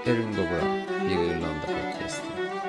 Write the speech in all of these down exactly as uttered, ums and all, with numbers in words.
Erin Go Bragh, bir İrlanda Podcast'i.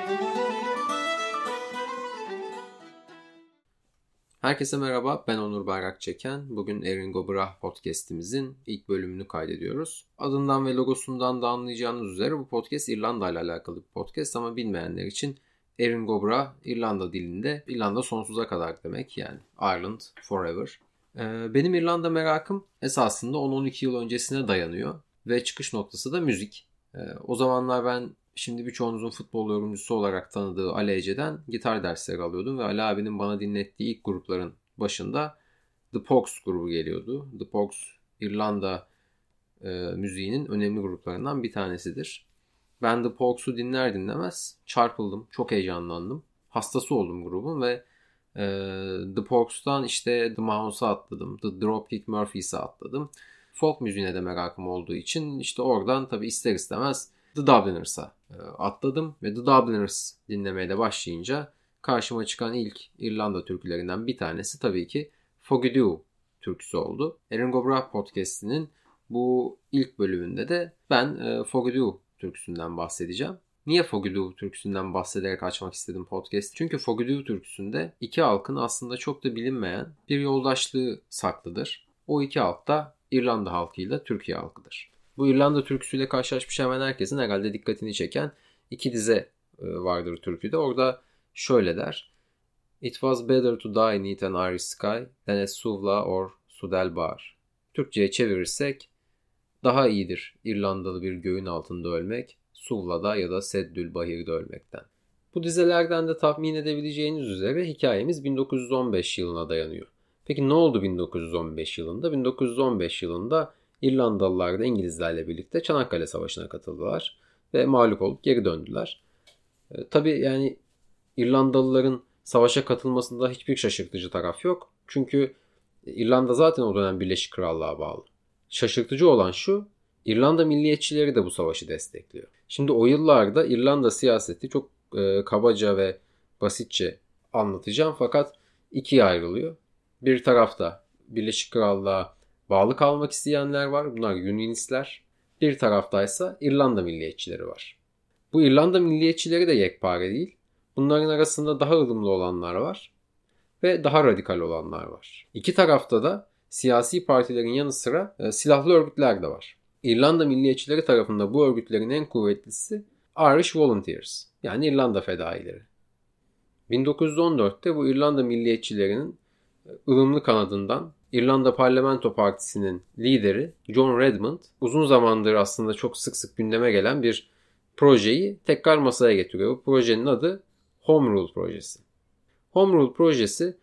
Herkese merhaba, ben Onur Bayrakçeken. Bugün Erin Go Bragh Podcast'imizin ilk bölümünü kaydediyoruz. Adından ve logosundan da anlayacağınız üzere bu podcast İrlanda ile alakalı bir podcast ama bilmeyenler için Erin Go Bragh İrlanda dilinde İrlanda sonsuza kadar demek, yani Ireland Forever. Benim İrlanda merakım esasında on on iki yıl öncesine dayanıyor ve çıkış noktası da müzik. O zamanlar ben şimdi birçoğunuzun futbol yorumcusu olarak tanıdığı Ali Ece'den gitar dersleri alıyordum ve Ali abinin bana dinlettiği ilk grupların başında The Pogues grubu geliyordu. The Pogues İrlanda e, müziğinin önemli gruplarından bir tanesidir. Ben The Pogues'u dinler dinlemez çarpıldım, çok heyecanlandım. Hastası oldum grubun ve e, The Pogues'tan işte The Mouse'a atladım, The Dropkick Murphys'e atladım. Folk müziğine de merakım olduğu için işte oradan tabii ister istemez The Dubliners'a atladım ve The Dubliners dinlemeye de başlayınca karşıma çıkan ilk İrlanda türkülerinden bir tanesi tabii ki Foggy Dew türküsü oldu. Erin Go Bragh Podcast'inin bu ilk bölümünde de ben Foggy Dew türküsünden bahsedeceğim. Niye Foggy Dew türküsünden bahsederek açmak istedim podcast? Çünkü Foggy Dew türküsünde iki halkın aslında çok da bilinmeyen bir yoldaşlığı saklıdır. O iki halk da İrlanda halkıyla Türkiye halkıdır. Bu İrlanda türküsüyle karşılaşmış hemen herkesin herhalde dikkatini çeken iki dize vardır türküde. Orada şöyle der. It was better to die neath an Irish sky than at Suvla or Sudelbar. Türkçe'ye çevirirsek daha iyidir İrlandalı bir göğün altında ölmek, Suvla'da ya da Seddül Bahir'de ölmekten. Bu dizelerden de tahmin edebileceğiniz üzere hikayemiz bin dokuz yüz on beş yılına dayanıyor. Peki ne oldu bin dokuz yüz on beş yılında? bin dokuz yüz on beş yılında İrlandalılar da İngilizlerle birlikte Çanakkale Savaşı'na katıldılar ve mağlup olup geri döndüler. E, tabii yani İrlandalıların savaşa katılmasında hiçbir şaşırtıcı taraf yok. Çünkü İrlanda zaten o dönem Birleşik Krallığa bağlı. Şaşırtıcı olan şu, İrlanda milliyetçileri de bu savaşı destekliyor. Şimdi o yıllarda İrlanda siyaseti çok e, kabaca ve basitçe anlatacağım fakat ikiye ayrılıyor. Bir tarafta Birleşik Krallığa bağlı kalmak isteyenler var. Bunlar Unionistler. Bir taraftaysa İrlanda milliyetçileri var. Bu İrlanda milliyetçileri de yekpare değil. Bunların arasında daha ılımlı olanlar var ve daha radikal olanlar var. İki tarafta da siyasi partilerin yanı sıra e, silahlı örgütler de var. İrlanda milliyetçileri tarafında bu örgütlerin en kuvvetlisi Irish Volunteers, yani İrlanda fedaileri. bin dokuz yüz on dörtte bu İrlanda milliyetçilerinin ılımlı kanadından İrlanda Parlamento Partisi'nin lideri John Redmond uzun zamandır aslında çok sık sık gündeme gelen bir projeyi tekrar masaya getiriyor. Bu projenin adı Home Rule projesi. Home Rule projesi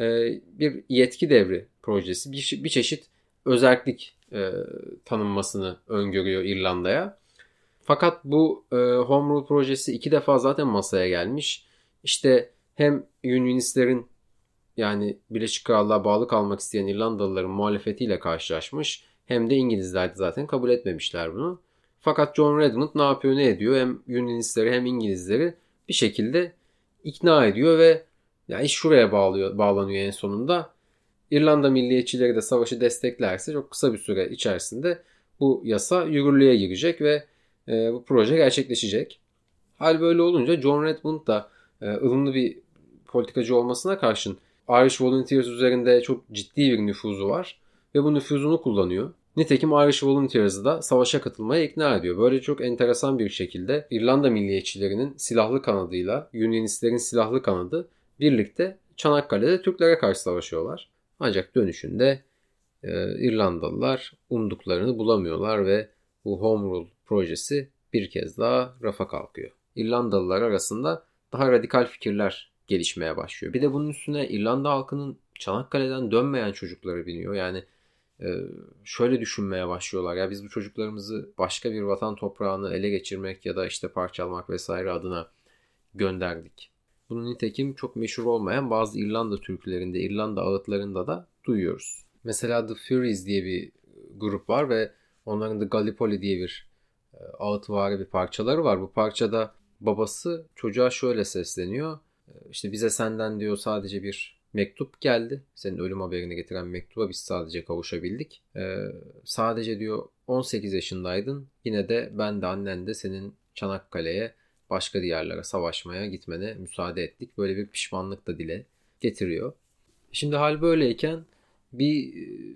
bir yetki devri projesi. Bir, bir çeşit özerklik e, tanınmasını öngörüyor İrlanda'ya. Fakat bu e, Home Rule projesi iki defa zaten masaya gelmiş. İşte hem Unionistlerin, yani Birleşik Krallığa bağlı kalmak isteyen İrlandalıların muhalefetiyle karşılaşmış, hem de İngilizler de zaten kabul etmemişler bunu. Fakat John Redmond ne yapıyor ne ediyor? Hem Unionistleri hem İngilizleri bir şekilde ikna ediyor ve yani iş şuraya bağlıyor, bağlanıyor en sonunda. İrlanda milliyetçileri de savaşı desteklerse çok kısa bir süre içerisinde bu yasa yürürlüğe girecek ve e, bu proje gerçekleşecek. Hal böyle olunca John Redmond da e, ılımlı bir politikacı olmasına karşın Irish Volunteers üzerinde çok ciddi bir nüfuzu var ve bu nüfuzunu kullanıyor. Nitekim Irish Volunteers'ı da savaşa katılmaya ikna ediyor. Böyle çok enteresan bir şekilde İrlanda milliyetçilerinin silahlı kanadıyla Unionistlerin silahlı kanadı birlikte Çanakkale'de Türklere karşı savaşıyorlar. Ancak dönüşünde e, İrlandalılar umduklarını bulamıyorlar ve bu Home Rule projesi bir kez daha rafa kalkıyor. İrlandalılar arasında daha radikal fikirler gelişmeye başlıyor. Bir de bunun üstüne İrlanda halkının Çanakkale'den dönmeyen çocukları biniyor. Yani e, şöyle düşünmeye başlıyorlar. Ya biz bu çocuklarımızı başka bir vatan toprağını ele geçirmek ya da işte parçalamak vesaire adına gönderdik. Bunun nitekim çok meşhur olmayan bazı İrlanda türkülerinde, İrlanda ağıtlarında da duyuyoruz. Mesela The Furies diye bir grup var ve onların da Gallipoli diye bir ağıtvari bir parçaları var. Bu parçada babası çocuğa şöyle sesleniyor. İşte bize senden diyor sadece bir mektup geldi. Senin ölüm haberini getiren mektuba biz sadece kavuşabildik. Ee, sadece diyor on sekiz yaşındaydın. Yine de ben de annen de senin Çanakkale'ye başka diyarlara savaşmaya gitmene müsaade ettik. Böyle bir pişmanlık da dile getiriyor. Şimdi hal böyleyken bir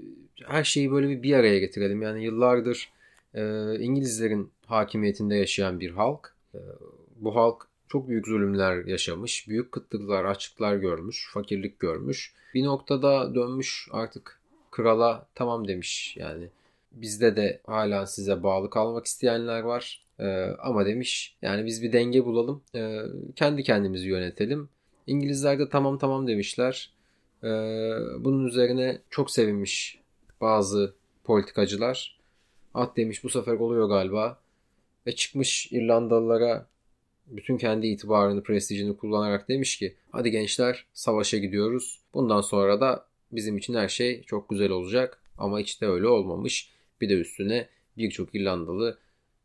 her şeyi böyle bir bir araya getirelim. Yani yıllardır e, İngilizlerin hakimiyetinde yaşayan bir halk. E, bu halk çok büyük zulümler yaşamış, büyük kıtlıklar, açlıklar görmüş, fakirlik görmüş. Bir noktada dönmüş artık krala tamam demiş yani. Bizde de hala size bağlı kalmak isteyenler var. Ee, ama demiş yani biz bir denge bulalım. Ee, kendi kendimizi yönetelim. İngilizler de tamam tamam demişler. Ee, bunun üzerine çok sevinmiş bazı politikacılar. At demiş bu sefer oluyor galiba. Ve çıkmış İrlandalılara bütün kendi itibarını, prestijini kullanarak demiş ki hadi gençler savaşa gidiyoruz. Bundan sonra da bizim için her şey çok güzel olacak. Ama hiç de öyle olmamış. Bir de üstüne birçok İrlandalı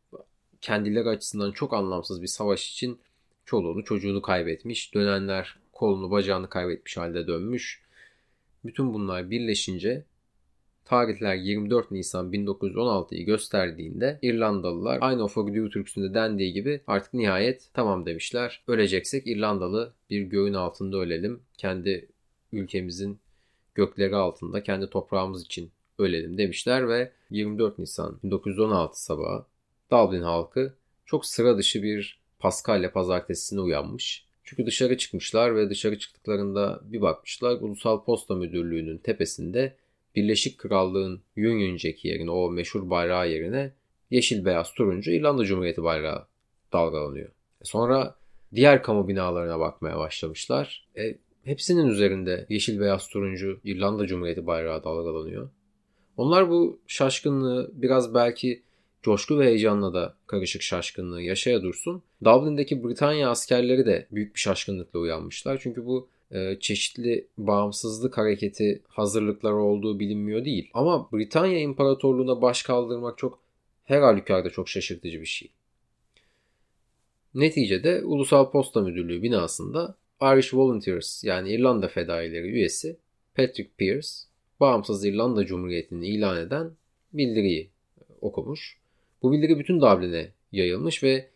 kendileri açısından çok anlamsız bir savaş için çoluğunu çocuğunu kaybetmiş. Dönenler kolunu bacağını kaybetmiş halde dönmüş. Bütün bunlar birleşince tarihler yirmi dört Nisan bin dokuz yüz on altıyı gösterdiğinde İrlandalılar aynı o Foggy türküsünde dendiği gibi artık nihayet tamam demişler. Öleceksek İrlandalı bir göğün altında ölelim. Kendi ülkemizin gökleri altında kendi toprağımız için ölelim demişler ve yirmi dört Nisan bin dokuz yüz on altı sabahı Dublin halkı çok sıra dışı bir Paskalya pazartesisine uyanmış. Çünkü dışarı çıkmışlar ve dışarı çıktıklarında bir bakmışlar Ulusal Posta Müdürlüğü'nün tepesinde Birleşik Krallığın Union Jack'i yerine o meşhur bayrağı yerine yeşil beyaz turuncu İrlanda Cumhuriyeti bayrağı dalgalanıyor. Sonra diğer kamu binalarına bakmaya başlamışlar. E, hepsinin üzerinde yeşil beyaz turuncu İrlanda Cumhuriyeti bayrağı dalgalanıyor. Onlar bu şaşkınlığı biraz belki coşku ve heyecanla da karışık şaşkınlığı yaşaya dursun. Dublin'deki Britanya askerleri de büyük bir şaşkınlıkla uyanmışlar. Çünkü bu e, çeşitli bağımsızlık hareketi hazırlıkları olduğu bilinmiyor değil. Ama Britanya İmparatorluğu'na baş kaldırmak çok her halükarda çok şaşırtıcı bir şey. Neticede Ulusal Posta Müdürlüğü binasında Irish Volunteers yani İrlanda Fedaileri üyesi Patrick Pearce Bağımsız İrlanda Cumhuriyeti'ni ilan eden bildiriyi okumuş. Bu bildiri bütün Dublin'e yayılmış ve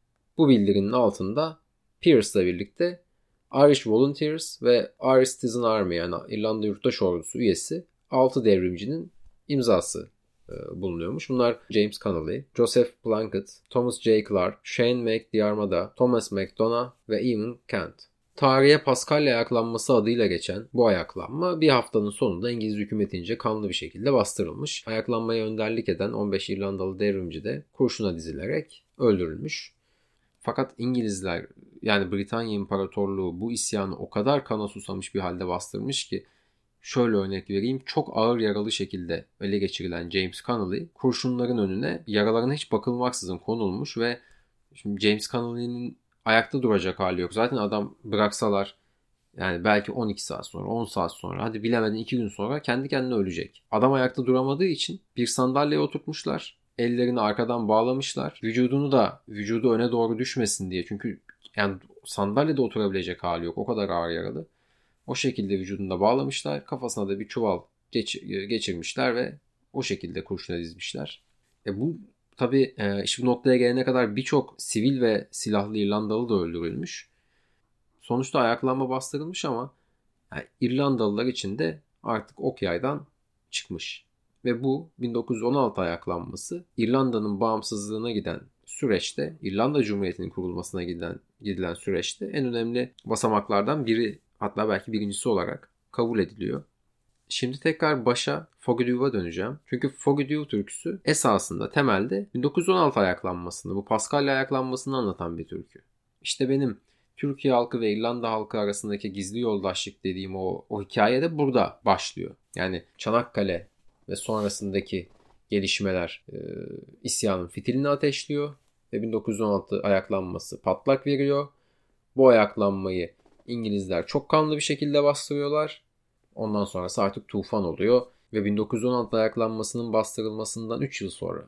bu bildirinin altında Pearce'la birlikte Irish Volunteers ve Irish Citizen Army yani İrlanda Yurttaş Ordusu üyesi altı devrimcinin imzası bulunuyormuş. Bunlar James Connolly, Joseph Plunkett, Thomas J. Clark, Shane McDiarmada, Thomas McDonough ve Eamon Kent. Tarihe Paskalya ayaklanması adıyla geçen bu ayaklanma bir haftanın sonunda İngiliz hükümetince kanlı bir şekilde bastırılmış. Ayaklanmaya önderlik eden on beş İrlandalı devrimci de kurşuna dizilerek öldürülmüş. Fakat İngilizler yani Britanya İmparatorluğu bu isyanı o kadar kana susamış bir halde bastırmış ki şöyle örnek vereyim. Çok ağır yaralı şekilde ele geçirilen James Connolly kurşunların önüne yaralarına hiç bakılmaksızın konulmuş ve şimdi James Connolly'nin ayakta duracak hali yok. Zaten adam bıraksalar yani belki on iki saat sonra, on saat sonra, hadi bilemedin iki gün sonra kendi kendine ölecek. Adam ayakta duramadığı için bir sandalyeye oturtmuşlar. Ellerini arkadan bağlamışlar. Vücudunu da vücudu öne doğru düşmesin diye. Çünkü yani sandalyede oturabilecek hali yok. O kadar ağır yaralı. O şekilde vücudunda bağlamışlar. Kafasına da bir çuval geç, geçirmişler ve o şekilde kurşuna dizmişler. E bu tabii e, iş bu noktaya gelene kadar birçok sivil ve silahlı İrlandalı da öldürülmüş. Sonuçta ayaklanma bastırılmış ama yani İrlandalılar için de artık ok yaydan çıkmış. Ve bu bin dokuz yüz on altı ayaklanması İrlanda'nın bağımsızlığına giden süreçte, İrlanda Cumhuriyeti'nin kurulmasına giden gidilen süreçte en önemli basamaklardan biri, hatta belki birincisi olarak kabul ediliyor. Şimdi tekrar başa Foggy'Dew'a döneceğim. Çünkü Foggy'Dew türküsü esasında temelde bin dokuz yüz on altı ayaklanmasını, bu Paskalya ayaklanmasını anlatan bir türkü. İşte benim Türkiye halkı ve İrlanda halkı arasındaki gizli yoldaşlık dediğim o, o hikaye de burada başlıyor. Yani Çanakkale ve sonrasındaki gelişmeler e, isyanın fitilini ateşliyor ve bin dokuz yüz on altı ayaklanması patlak veriyor. Bu ayaklanmayı İngilizler çok kanlı bir şekilde bastırıyorlar. Ondan sonrası artık tufan oluyor ve bin dokuz yüz on altı ayaklanmasının bastırılmasından üç yıl sonra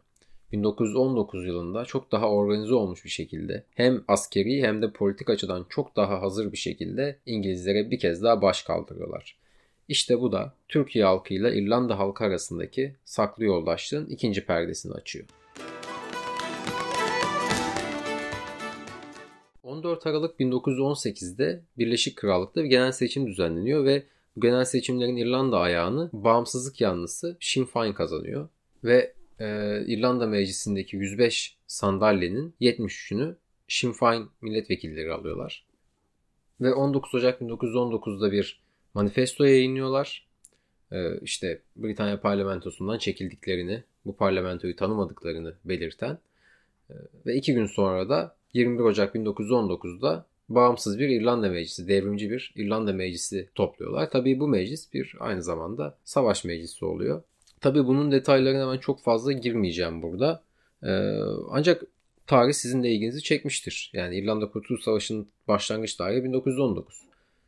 bin dokuz yüz on dokuz yılında çok daha organize olmuş bir şekilde hem askeri hem de politik açıdan çok daha hazır bir şekilde İngilizlere bir kez daha baş kaldırıyorlar. İşte bu da Türkiye halkıyla İrlanda halkı arasındaki saklı yoldaşlığın ikinci perdesini açıyor. on dört Aralık bin dokuz yüz on sekizde Birleşik Krallık'ta bir genel seçim düzenleniyor ve bu genel seçimlerin İrlanda ayağını bağımsızlık yanlısı Sinn Féin kazanıyor. Ve e, İrlanda Meclisi'ndeki yüz beş sandalyenin yetmiş üçünü Sinn Féin milletvekilleri alıyorlar. Ve on dokuz Ocak bin dokuz yüz on dokuzda bir manifesto yayınlıyorlar. E, işte Britanya parlamentosundan çekildiklerini, bu parlamentoyu tanımadıklarını belirten e, ve iki gün sonra da yirmi bir Ocak bin dokuz yüz on dokuzda bağımsız bir İrlanda Meclisi, devrimci bir İrlanda Meclisi topluyorlar. Tabii bu meclis bir aynı zamanda savaş meclisi oluyor. Tabii bunun detaylarına ben çok fazla girmeyeceğim burada. Ee, ancak tarih sizin de ilginizi çekmiştir. Yani İrlanda Kurtuluş Savaşı'nın başlangıç tarihi bin dokuz yüz on dokuz.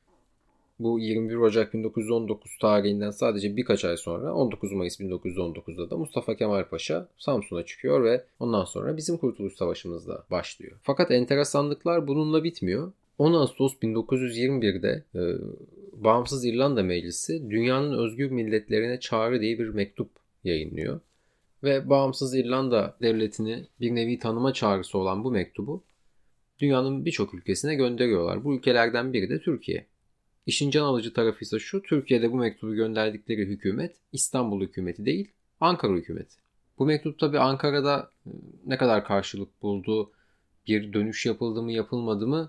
Bu yirmi bir Ocak bin dokuz yüz on dokuz tarihinden sadece birkaç ay sonra on dokuz Mayıs bin dokuz yüz on dokuzda da Mustafa Kemal Paşa Samsun'a çıkıyor ve ondan sonra bizim Kurtuluş Savaşımız da başlıyor. Fakat enteresanlıklar bununla bitmiyor. on Ağustos bin dokuz yüz yirmi birde e, Bağımsız İrlanda Meclisi Dünyanın Özgür Milletlerine Çağrı diye bir mektup yayınlıyor. Ve Bağımsız İrlanda Devleti'ni bir nevi tanıma çağrısı olan bu mektubu dünyanın birçok ülkesine gönderiyorlar. Bu ülkelerden biri de Türkiye. İşin can alıcı tarafı ise şu: Türkiye'de bu mektubu gönderdikleri hükümet İstanbul hükümeti değil, Ankara hükümeti. Bu mektup tabii Ankara'da ne kadar karşılık buldu, bir dönüş yapıldı mı yapılmadı mı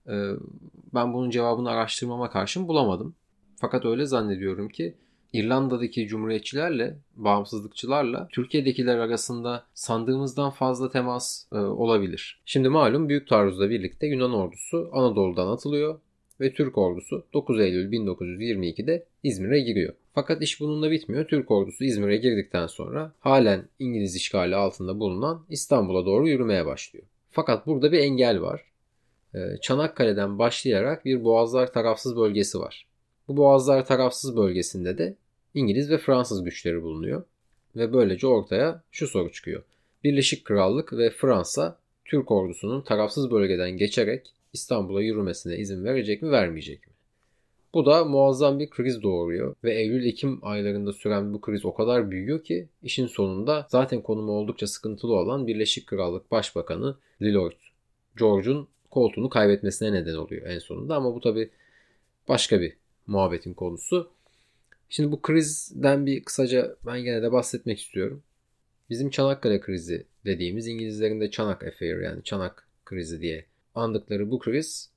ben bunun cevabını araştırmama karşın bulamadım. Fakat öyle zannediyorum ki İrlanda'daki cumhuriyetçilerle, bağımsızlıkçılarla Türkiye'dekiler arasında sandığımızdan fazla temas e, olabilir. Şimdi malum Büyük Taarruz'la birlikte Yunan ordusu Anadolu'dan atılıyor ve Türk ordusu dokuz Eylül bin dokuz yüz yirmi ikide İzmir'e giriyor. Fakat iş bununla bitmiyor. Türk ordusu İzmir'e girdikten sonra halen İngiliz işgali altında bulunan İstanbul'a doğru yürümeye başlıyor. Fakat burada bir engel var. Çanakkale'den başlayarak bir Boğazlar tarafsız bölgesi var. Bu Boğazlar tarafsız bölgesinde de İngiliz ve Fransız güçleri bulunuyor. Ve böylece ortaya şu soru çıkıyor: Birleşik Krallık ve Fransa Türk ordusunun tarafsız bölgeden geçerek İstanbul'a yürümesine izin verecek mi, vermeyecek mi? Bu da muazzam bir kriz doğuruyor ve Eylül-Ekim aylarında süren bu kriz o kadar büyüyor ki işin sonunda zaten konumu oldukça sıkıntılı olan Birleşik Krallık Başbakanı Lloyd George'un koltuğunu kaybetmesine neden oluyor en sonunda, ama bu tabii başka bir muhabbetin konusu. Şimdi bu krizden bir kısaca ben gene de bahsetmek istiyorum. Bizim Çanakkale krizi dediğimiz, İngilizlerin de Çanak Affair yani Çanak krizi diye andıkları bu kriz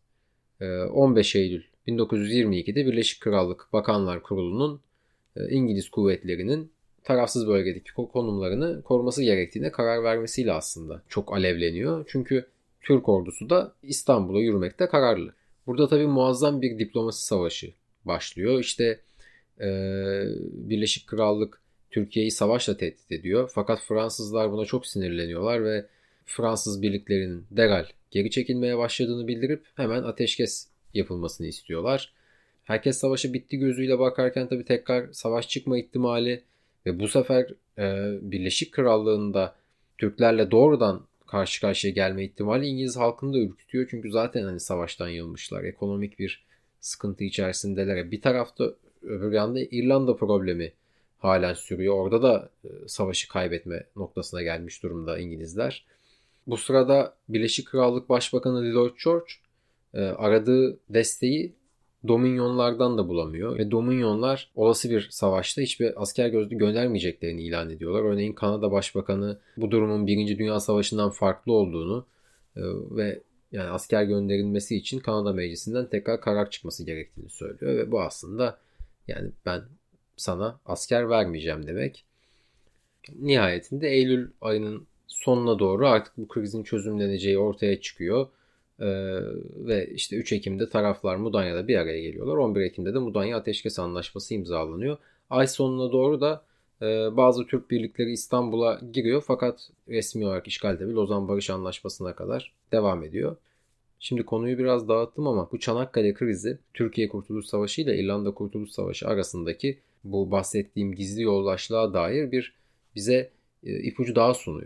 on beş Eylül bin dokuz yüz yirmi ikide Birleşik Krallık Bakanlar Kurulu'nun İngiliz kuvvetlerinin tarafsız bölgedeki konumlarını koruması gerektiğine karar vermesiyle aslında çok alevleniyor. Çünkü Türk ordusu da İstanbul'a yürümekte kararlı. Burada tabii muazzam bir diplomasi savaşı başlıyor. İşte e, Birleşik Krallık Türkiye'yi savaşla tehdit ediyor. Fakat Fransızlar buna çok sinirleniyorlar ve Fransız birliklerinin derhal geri çekilmeye başladığını bildirip hemen ateşkes yapılmasını istiyorlar. Herkes savaşı bitti gözüyle bakarken tabii tekrar savaş çıkma ihtimali ve bu sefer e, Birleşik Krallığı'nda Türklerle doğrudan karşı karşıya gelme ihtimali İngiliz halkını da ürkütüyor. Çünkü zaten hani savaştan yılmışlar. Ekonomik bir sıkıntı içerisindeler. Bir tarafta, öbür yanda İrlanda problemi halen sürüyor. Orada da savaşı kaybetme noktasına gelmiş durumda İngilizler. Bu sırada Birleşik Krallık Başbakanı Lloyd George aradığı desteği Dominyonlardan da bulamıyor ve Dominyonlar olası bir savaşta hiçbir asker göndermeyeceklerini ilan ediyorlar. Örneğin Kanada Başbakanı bu durumun Birinci Dünya Savaşı'ndan farklı olduğunu ve yani asker gönderilmesi için Kanada Meclisi'nden tekrar karar çıkması gerektiğini söylüyor ve bu aslında yani ben sana asker vermeyeceğim demek. Nihayetinde Eylül ayının sonuna doğru artık bu krizin çözümleneceği ortaya çıkıyor. Ee, ve işte üç Ekim'de taraflar Mudanya'da bir araya geliyorlar. on bir Ekim'de de Mudanya Ateşkes Anlaşması imzalanıyor. Ay sonuna doğru da e, bazı Türk birlikleri İstanbul'a giriyor fakat resmi olarak işgalde bir Lozan Barış Anlaşması'na kadar devam ediyor. Şimdi konuyu biraz dağıttım ama bu Çanakkale krizi Türkiye Kurtuluş Savaşı ile İrlanda Kurtuluş Savaşı arasındaki bu bahsettiğim gizli yoldaşlığa dair bir bize e, ipucu daha sunuyor.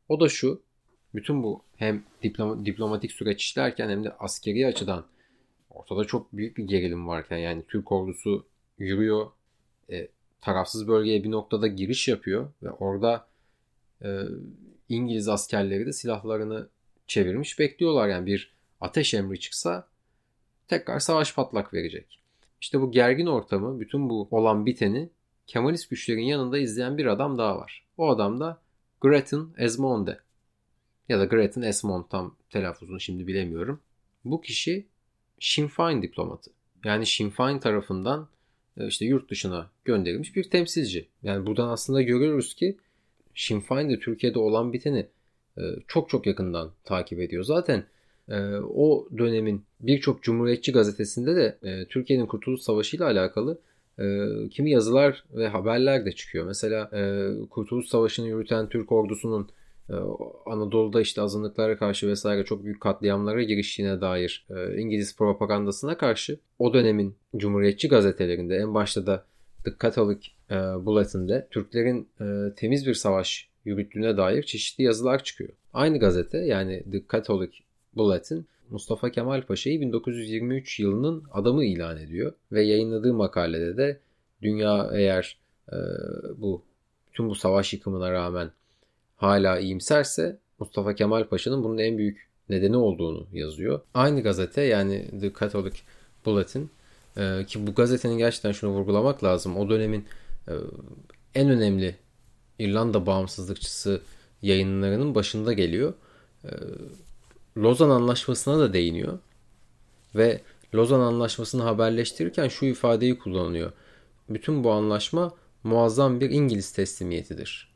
O da şu: bütün bu hem diploma, diplomatik süreç işlerken hem de askeri açıdan ortada çok büyük bir gerilim varken, yani Türk ordusu yürüyor, e, tarafsız bölgeye bir noktada giriş yapıyor ve orada e, İngiliz askerleri de silahlarını çevirmiş bekliyorlar. Yani bir ateş emri çıksa tekrar savaş patlak verecek. İşte bu gergin ortamı, bütün bu olan biteni Kemalist güçlerin yanında izleyen bir adam daha var. O adam da Grattan Esmonde ya da Grattan Esmond, tam telaffuzunu şimdi bilemiyorum. Bu kişi Sinn Féin diplomatı. Yani Sinn Féin tarafından işte yurt dışına gönderilmiş bir temsilci. Yani buradan aslında görüyoruz ki Sinn Féin de Türkiye'de olan biteni çok çok yakından takip ediyor. Zaten o dönemin birçok Cumhuriyetçi gazetesinde de Türkiye'nin Kurtuluş Savaşı ile alakalı kimi yazılar ve haberler de çıkıyor. Mesela Kurtuluş Savaşı'nı yürüten Türk ordusunun Anadolu'da işte azınlıklara karşı vesaire çok büyük katliamlara giriştiğine dair İngiliz propagandasına karşı o dönemin Cumhuriyetçi gazetelerinde, en başta da The Catholic Bulletin'de Türklerin temiz bir savaş yürüttüğüne dair çeşitli yazılar çıkıyor. Aynı gazete, yani The Catholic Bulletin, Mustafa Kemal Paşa'yı bin dokuz yüz yirmi üç yılının adamı ilan ediyor ve yayınladığı makalede de dünya eğer e, bu tüm bu savaş yıkımına rağmen hala iyimserse Mustafa Kemal Paşa'nın bunun en büyük nedeni olduğunu yazıyor. Aynı gazete, yani The Catholic Bulletin, e, ki bu gazetenin gerçekten şunu vurgulamak lazım: o dönemin e, en önemli İrlanda bağımsızlıkçısı yayınlarının başında geliyor. E, Lozan Anlaşması'na da değiniyor ve Lozan Anlaşması'nı haberleştirirken şu ifadeyi kullanıyor: bütün bu anlaşma muazzam bir İngiliz teslimiyetidir.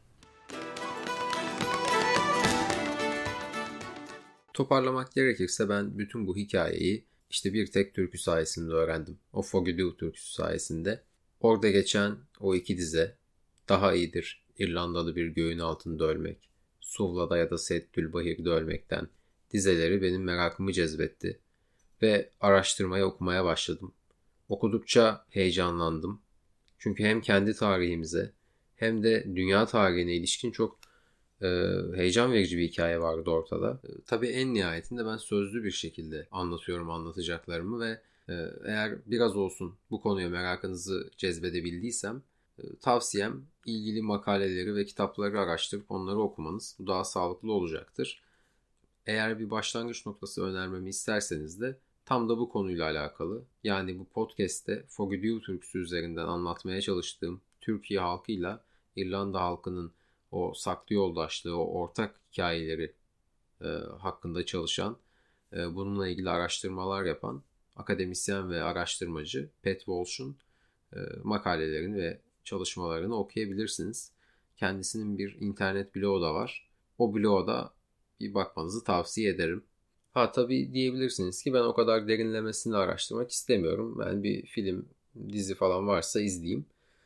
Toparlamak gerekirse ben bütün bu hikayeyi işte bir tek türkü sayesinde öğrendim. O Foggy Dew türküsü sayesinde. Orada geçen o iki dize: daha iyidir İrlandalı bir göğün altında ölmek, Suvla'da ya da Seddülbahir'de ölmekten, dizeleri benim merakımı cezbetti ve araştırmaya, okumaya başladım. Okudukça heyecanlandım. Çünkü hem kendi tarihimize hem de dünya tarihine ilişkin çok e, heyecan verici bir hikaye vardı ortada. E, tabii en nihayetinde ben sözlü bir şekilde anlatıyorum anlatacaklarımı ve e, eğer biraz olsun bu konuya merakınızı cezbedebildiysem e, tavsiyem ilgili makaleleri ve kitapları araştırıp onları okumanız. Bu daha sağlıklı olacaktır. Eğer bir başlangıç noktası önermemi isterseniz de tam da bu konuyla alakalı, yani bu podcast'te Foggy Dew türküsü üzerinden anlatmaya çalıştığım Türkiye halkıyla İrlanda halkının o saklı yoldaşlığı, o ortak hikayeleri e, hakkında çalışan, e, bununla ilgili araştırmalar yapan akademisyen ve araştırmacı Pat Walsh'un e, makalelerini ve çalışmalarını okuyabilirsiniz. Kendisinin bir internet blogu da var. O bloğa da bir bakmanızı tavsiye ederim. Ha tabii diyebilirsiniz ki ben o kadar derinlemesine araştırmak istemiyorum. Ben bir film, dizi falan varsa izleyeyim.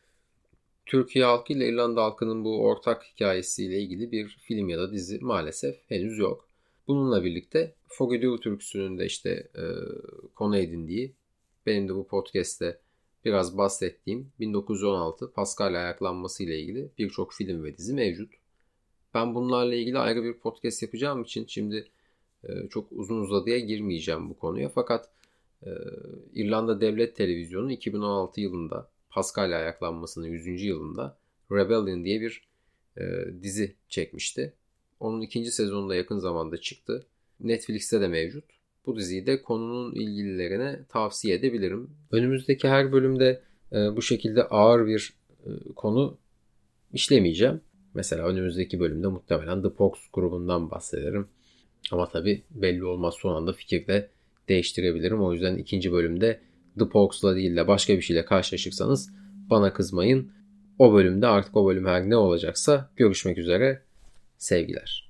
Türkiye halkı ile İrlanda halkının bu ortak hikayesiyle ilgili bir film ya da dizi maalesef henüz yok. Bununla birlikte Foggy Dew türküsünün de işte e, konu edindiği, benim de bu podcast'te biraz bahsettiğim bin dokuz yüz on altı Paskalya ayaklanması ile ilgili birçok film ve dizi mevcut. Ben bunlarla ilgili ayrı bir podcast yapacağım için şimdi e, çok uzun uzadıya girmeyeceğim bu konuya. Fakat e, İrlanda Devlet Televizyonu iki bin on altı yılında Paskalya ayaklanmasının yüzüncü yılında Rebellion diye bir e, dizi çekmişti. Onun ikinci sezonu da yakın zamanda çıktı. Netflix'te de mevcut. Bu diziyi de konunun ilgililerine tavsiye edebilirim. Önümüzdeki her bölümde e, bu şekilde ağır bir e, konu işlemeyeceğim. Mesela önümüzdeki bölümde muhtemelen The Pox grubundan bahsederim. Ama tabii belli olmaz, son anda fikir de değiştirebilirim. O yüzden ikinci bölümde The Pox'la değil de başka bir şeyle karşılaşırsanız bana kızmayın. O bölümde artık o bölüm her ne olacaksa görüşmek üzere. Sevgiler.